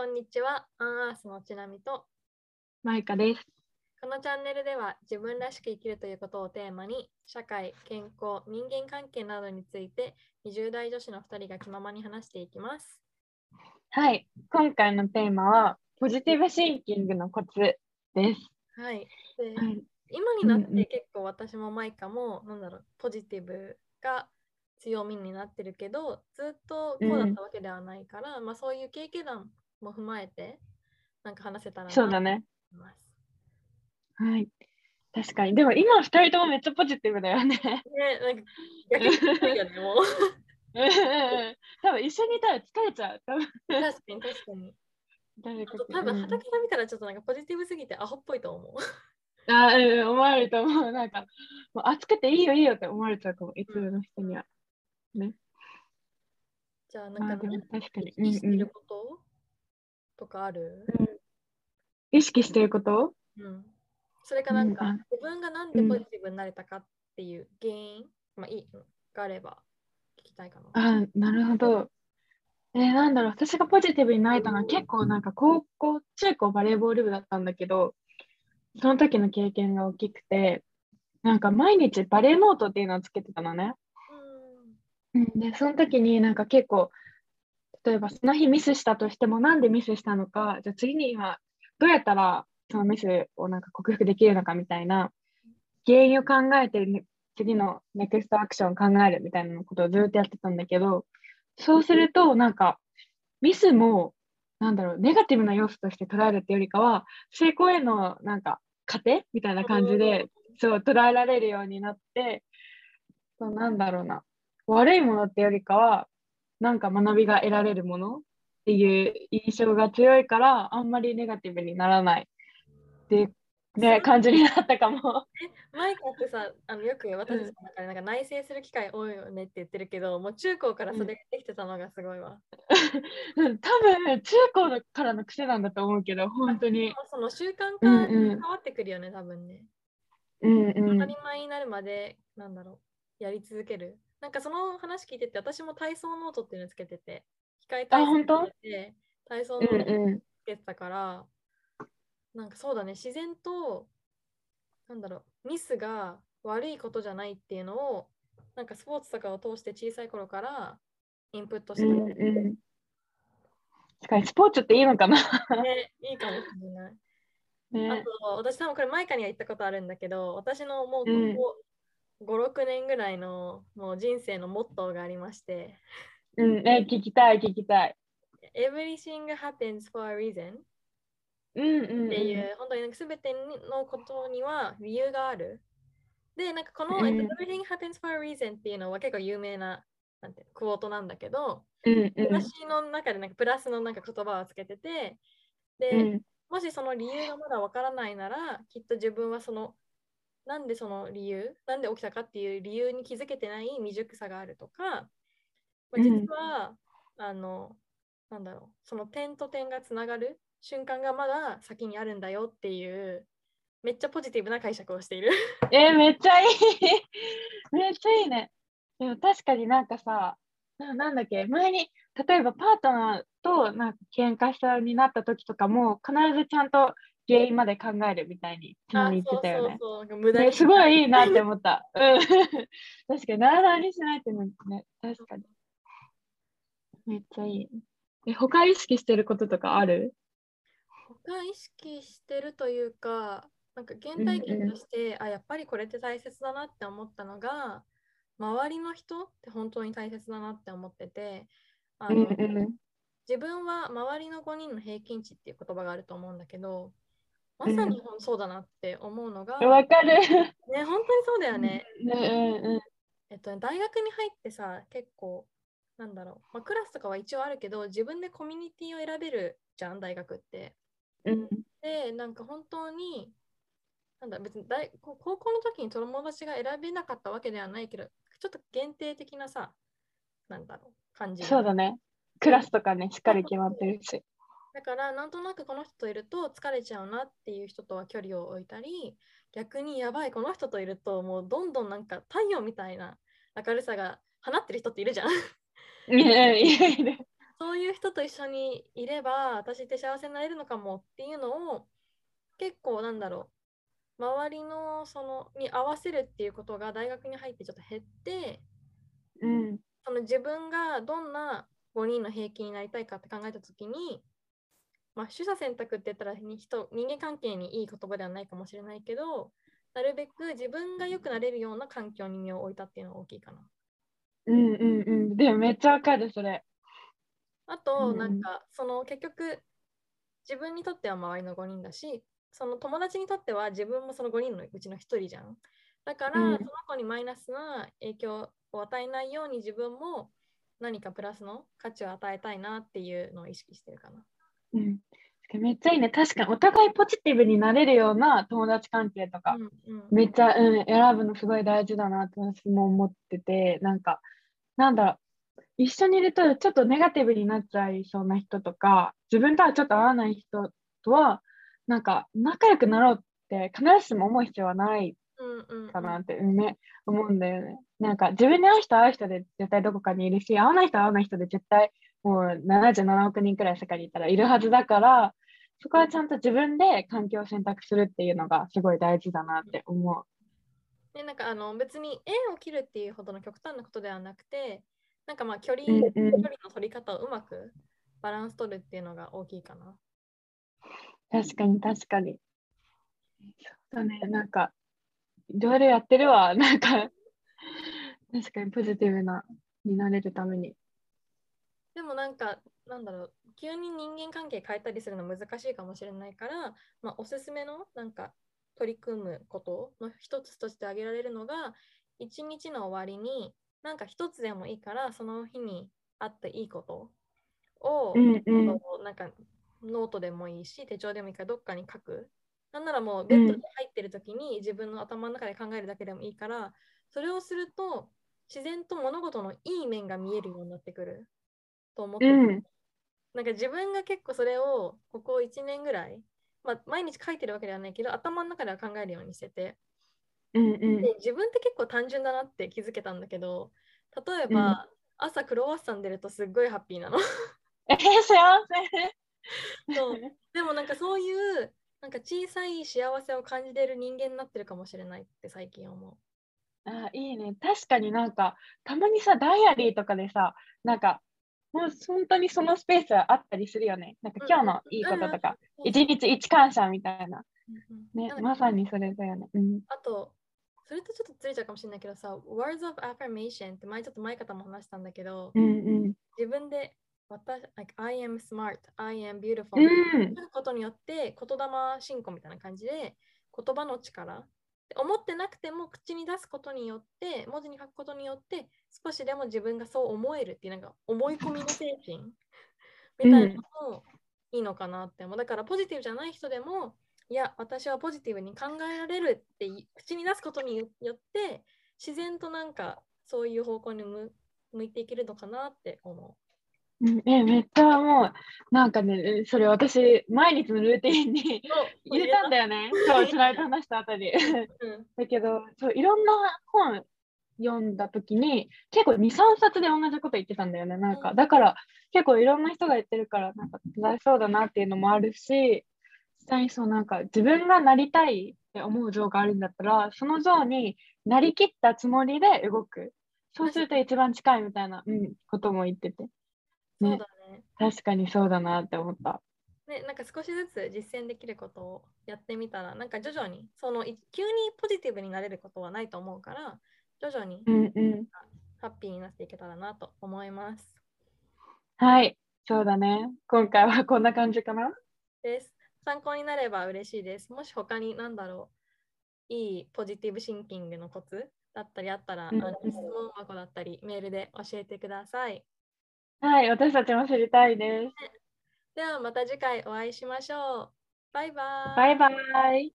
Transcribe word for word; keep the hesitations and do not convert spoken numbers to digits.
んにちは。アンアースのちなみとマイカです。 このチャンネルでは自分らしく生きるということをテーマに社会、健康、人間関係などについてにじゅう代女子のふたりが気ままに話していきます。 はい、今回のテーマはポジティブシンキングのコツです。 はい。で、 はい、 今になって結構私もマイカもなんだろうポジティブが強みになってるけど、ずっとこうだったわけではないから、うん、まあそういう経験談も踏まえてなんか話せたらなと思います。 はい、確かに。でも今ふたりともめっちゃポジティブだよね。 ね、なんか逆にすごいよね、もう。 多分一緒にいたら疲れちゃう。 確かに確かに。 誰か多分畑から見たらちょっとなんかポジティブすぎてアホっぽいと思う。 あ、うん、思われると思う。なんか、もう暑くていいよいいよって思われちゃうかも、いつもの人には。うん、ね。 じゃあ、なんか、 でも確かに。 意識してること、うんうん、とかある、 うん、意識してること、 うん、それかなんか、うん、自分がなんでポジティブになれたかっていう原因、うん、まあいいがあれば聞きたいかな。 あ、なるほど。えー、なんだろう、私がポジティブになれたのは結構なんか高校、中高バレーボール部だったんだけど、その時の経験が大きくて、なんか毎日バレーノートっていうのをつけてたのね。うん、で、その時になんか結構、例えばその日ミスしたとしてもなんでミスしたのか、じゃあ次に今どうやったらそのミスをなんか克服できるのかみたいな原因を考えて、ね、次のネクストアクションを考えるみたいなことをずっとやってたんだけど、そうするとなんかミスもなんだろう、ネガティブな要素として捉えるっていうよりかは、成功へのなんか糧みたいな感じでそう捉えられるようになって、そうなんだろうな、悪いものってよりかはなんか学びが得られるものっていう印象が強いから、あんまりネガティブにならないっていう、ね、感じになったかも。 え、マイカってさ、あのよく私たちの中でなんか内省する機会多いよねって言ってるけど、もう中高からそれができてたのがすごいわ。 うん、多分中高のからの癖なんだと思うけど、本当に。 その習慣化に変わってくるよね、多分ね。 うんうん、 当たり前になるまで、なんだろう、やり続ける。なんかその話聞いてて、私も体操ノートっていうのつけてて、機械体操つけて、体操ノートつけてたから、うんうん、なんかそうだね、自然と、なんだろう、ミスが悪いことじゃないっていうのを、なんかスポーツとかを通して小さい頃からインプットしてた。うんうん、 確かにスポーツっていいのかなね、いいかもしれない。ね、あと、私多分これマイカには言ったことあるんだけど、私のもうここご、ろくねんぐらいのもう人生のモットーがありまして。 うん、ね、聞きたい、聞きたい。 Everything happens for a reason うんうんうん、 っていう、本当になんか全てのことには理由がある。で、なんかこの、 うん、 Everything happens for a reason っていうのは結構有名ななんてクォートなんだけど、 うんうん、 私の中でなんかプラスのなんか言葉をつけてて、で、うん、もしその理由がまだわからないなら、きっと自分はそのなんでその理由、なんで起きたかっていう理由に気づけてない未熟さがあるとか、まあ、実は、うん、あの、なんだろう、その点と点がつながる瞬間がまだ先にあるんだよっていう、めっちゃポジティブな解釈をしている。 えー、めっちゃいいめっちゃいいね。でも確かになんかさ、な、なんだっけ、前に、例えばパートナーとなんか喧嘩したになった時とかも、必ずちゃんと原因まで考えるみたいに、ちなみに言ってたよね。 そうそうそう、無駄にね、すごいいいなって思った。うん。確かに、ならないにしないってね、確かに。めっちゃいい。え、他意識してることとかある？ 他意識してるというか、なんか原体験として、うんうん、あ、やっぱりこれって大切だなって思ったのが、周りの人って本当に大切だなって思ってて、あの、うんうん、自分は周りのごにんの平均値っていう言葉があると思うんだけど、まさにそうだなって思うのが、 わ、うん、かる。 ね、本当にそうだよね。 うんうんうん、 えっと、大学に入ってさ、結構、なんだろう、まあ、クラスとかは一応あるけど、自分でコミュニティを選べるじゃん、大学って。 うん、 で、なんか本当に、なんだ、別に大高校の時に友達が選べなかったわけではないけど、ちょっと限定的なさ、なんだろう、感じじゃん。 そうだね。クラスとかね、しっかり決まってるし。 だから、なんとなくこの人といると疲れちゃうなっていう人とは距離を置いたり、逆にやばい、この人といるともうどんどんなんか太陽みたいな明るさが放ってる人っているじゃん。 いやいやいる。 そういう人と一緒にいれば私って幸せになれるのかもっていうのを結構なんだろう周りのそのに合わせるっていうことが大学に入ってちょっと減って、 うん、 その自分がどんなごにんの平均になりたいかって考えたときに、まあ、取捨選択って言ったら人人間関係にいい言葉ではないかもしれないけど、なるべく自分が良くなれるような環境に身を置いたっていうのが大きいかな。 うんうんうん。でもめっちゃわかる、それ。 あと、 うんうん、 なんか、その結局、自分にとっては周りのごにんだし、その友達にとっては自分もそのごにんのうちのひとりじゃん。だから、 うんその子にマイナスな影響を与えないように自分も何かプラスの価値を与えたいなっていうのを意識してるかな。 うん。めっちゃいいね。確かにお互いポジティブになれるような友達関係とか、 うんうんめっちゃ、うん、選ぶのすごい大事だなって私も思ってて、なんか、なんだろう、一緒にいるとちょっとネガティブになっちゃいそうな人とか、自分とはちょっと合わない人とは、なんか仲良くなろうって必ずしも思う必要はないうんうんうんかなってね、思うんだよね。なんか自分に合う人は合う人で絶対どこかにいるし、合わない人は合わない人で絶対もうななじゅうななおく人くらい世界にいたらいるはずだから、そこはちゃんと自分で環境を選択するっていうのがすごい大事だなって思う。 で、なんかあの別に縁を切るっていうほどの極端なことではなくて、なんかまあ距離、 うん距うん。 離の取り方をうまくバランス取るっていうのが大きいかな。 確かに確かに。そうだね、なんか、いろいろやってるわ。なんか、確かにポジティブな、になれるために。 でもなんか、なんだろう、急に人間関係変えたりするの難しいかもしれないから、まあ、おすすめのなんか取り組むことの一つとして挙げられるのが、一日の終わりに、なんか一つでもいいから、その日にあったいいことうを、 んうん。 なんかノートでもいいし、手帳でもいいからどっかに書く。なんならもうベッドにうん入ってる時に自分の頭の中で考えるだけでもいいから、それをすると自然と物事のいい面が見えるようになってくると思ってて、 うん。 なんか自分が結構それをここいちねんぐらい、まあ、毎日書いてるわけではないけど、頭の中では考えるようにしてて、 うんうん。 で自分って結構単純だなって気づけたんだけど、例えうん。 ば朝クロワッサン出るとすっごいハッピーなの。 えー、幸そうせ。 でもなんかそういうなんか小さい幸せを感じれる人間になってるかもしれないって最近思あ、いいね。確かになんか、たまにさ、ダイアリーとかでさ、なんか、もう本当にそのスペースあったりするよね。なんかう。うん今日のいいうんうんうん。 こととか、 そうそう。 一日一感謝みたいな。 うんうん、 ね、 なんかまさにそれだよね。うん。 あと、それとちょっとずれちゃうかもしれないけどさ、Words of Affirmation って前ちょっと前方も話したんだけど、 うんうん。 自分で私、like, I am smart, I am beautiful うみたいん。 なことによって言霊信仰みたいな感じで言葉の力思ってなくても口に出すことによって文字に書くことによって少しでも自分がそう思えるっていうなんか思い込みの精神みたいなうん。 のもいいのかなって思う。だからポジティブじゃない人でもいや私はポジティブに考えられるって口に出すことによって自然となんかそういう方向に向向いていけるのかなって思う。 うん、え、めっちゃもう、なんかね、それ私、毎日のルーティンにお、 入れたん入れた。 だよね。そう、つらいと話した後に。 うんうん。 だけど、そう、いろんな本読んだ時に、結構に、さんさつで同じこと言ってたんだよね。なんか、だから、結構いろんな人が言ってるから、なんか、辛いそうだなっていうのもあるし、実際にそう、なんか、自分がなりたいって思う像があるんだったら、その像になりきったつもりで動く。そうすると一番近いみたいな、うん、ことも言ってて。ね、 そうだね。 確かにそうだなって思った。 ね、なんか少しずつ実践できることをやってみたら、なんか徐々に、そのい急にポジティブになれることはないと思うから、徐々にうんうん。 ハッピーになっていけたらなと思います。 はい、そうだね。今回はこんな感じかな。 です。参考になれば嬉しいです。もし他に何だろう、いいポジティブシンキングのコツだったりあったら、 うんあの質問箱だったりメールで教えてください。 はい、私たちも知りたいです。 ではまた次回お会いしましょう。バイバーイ。 バイバイ。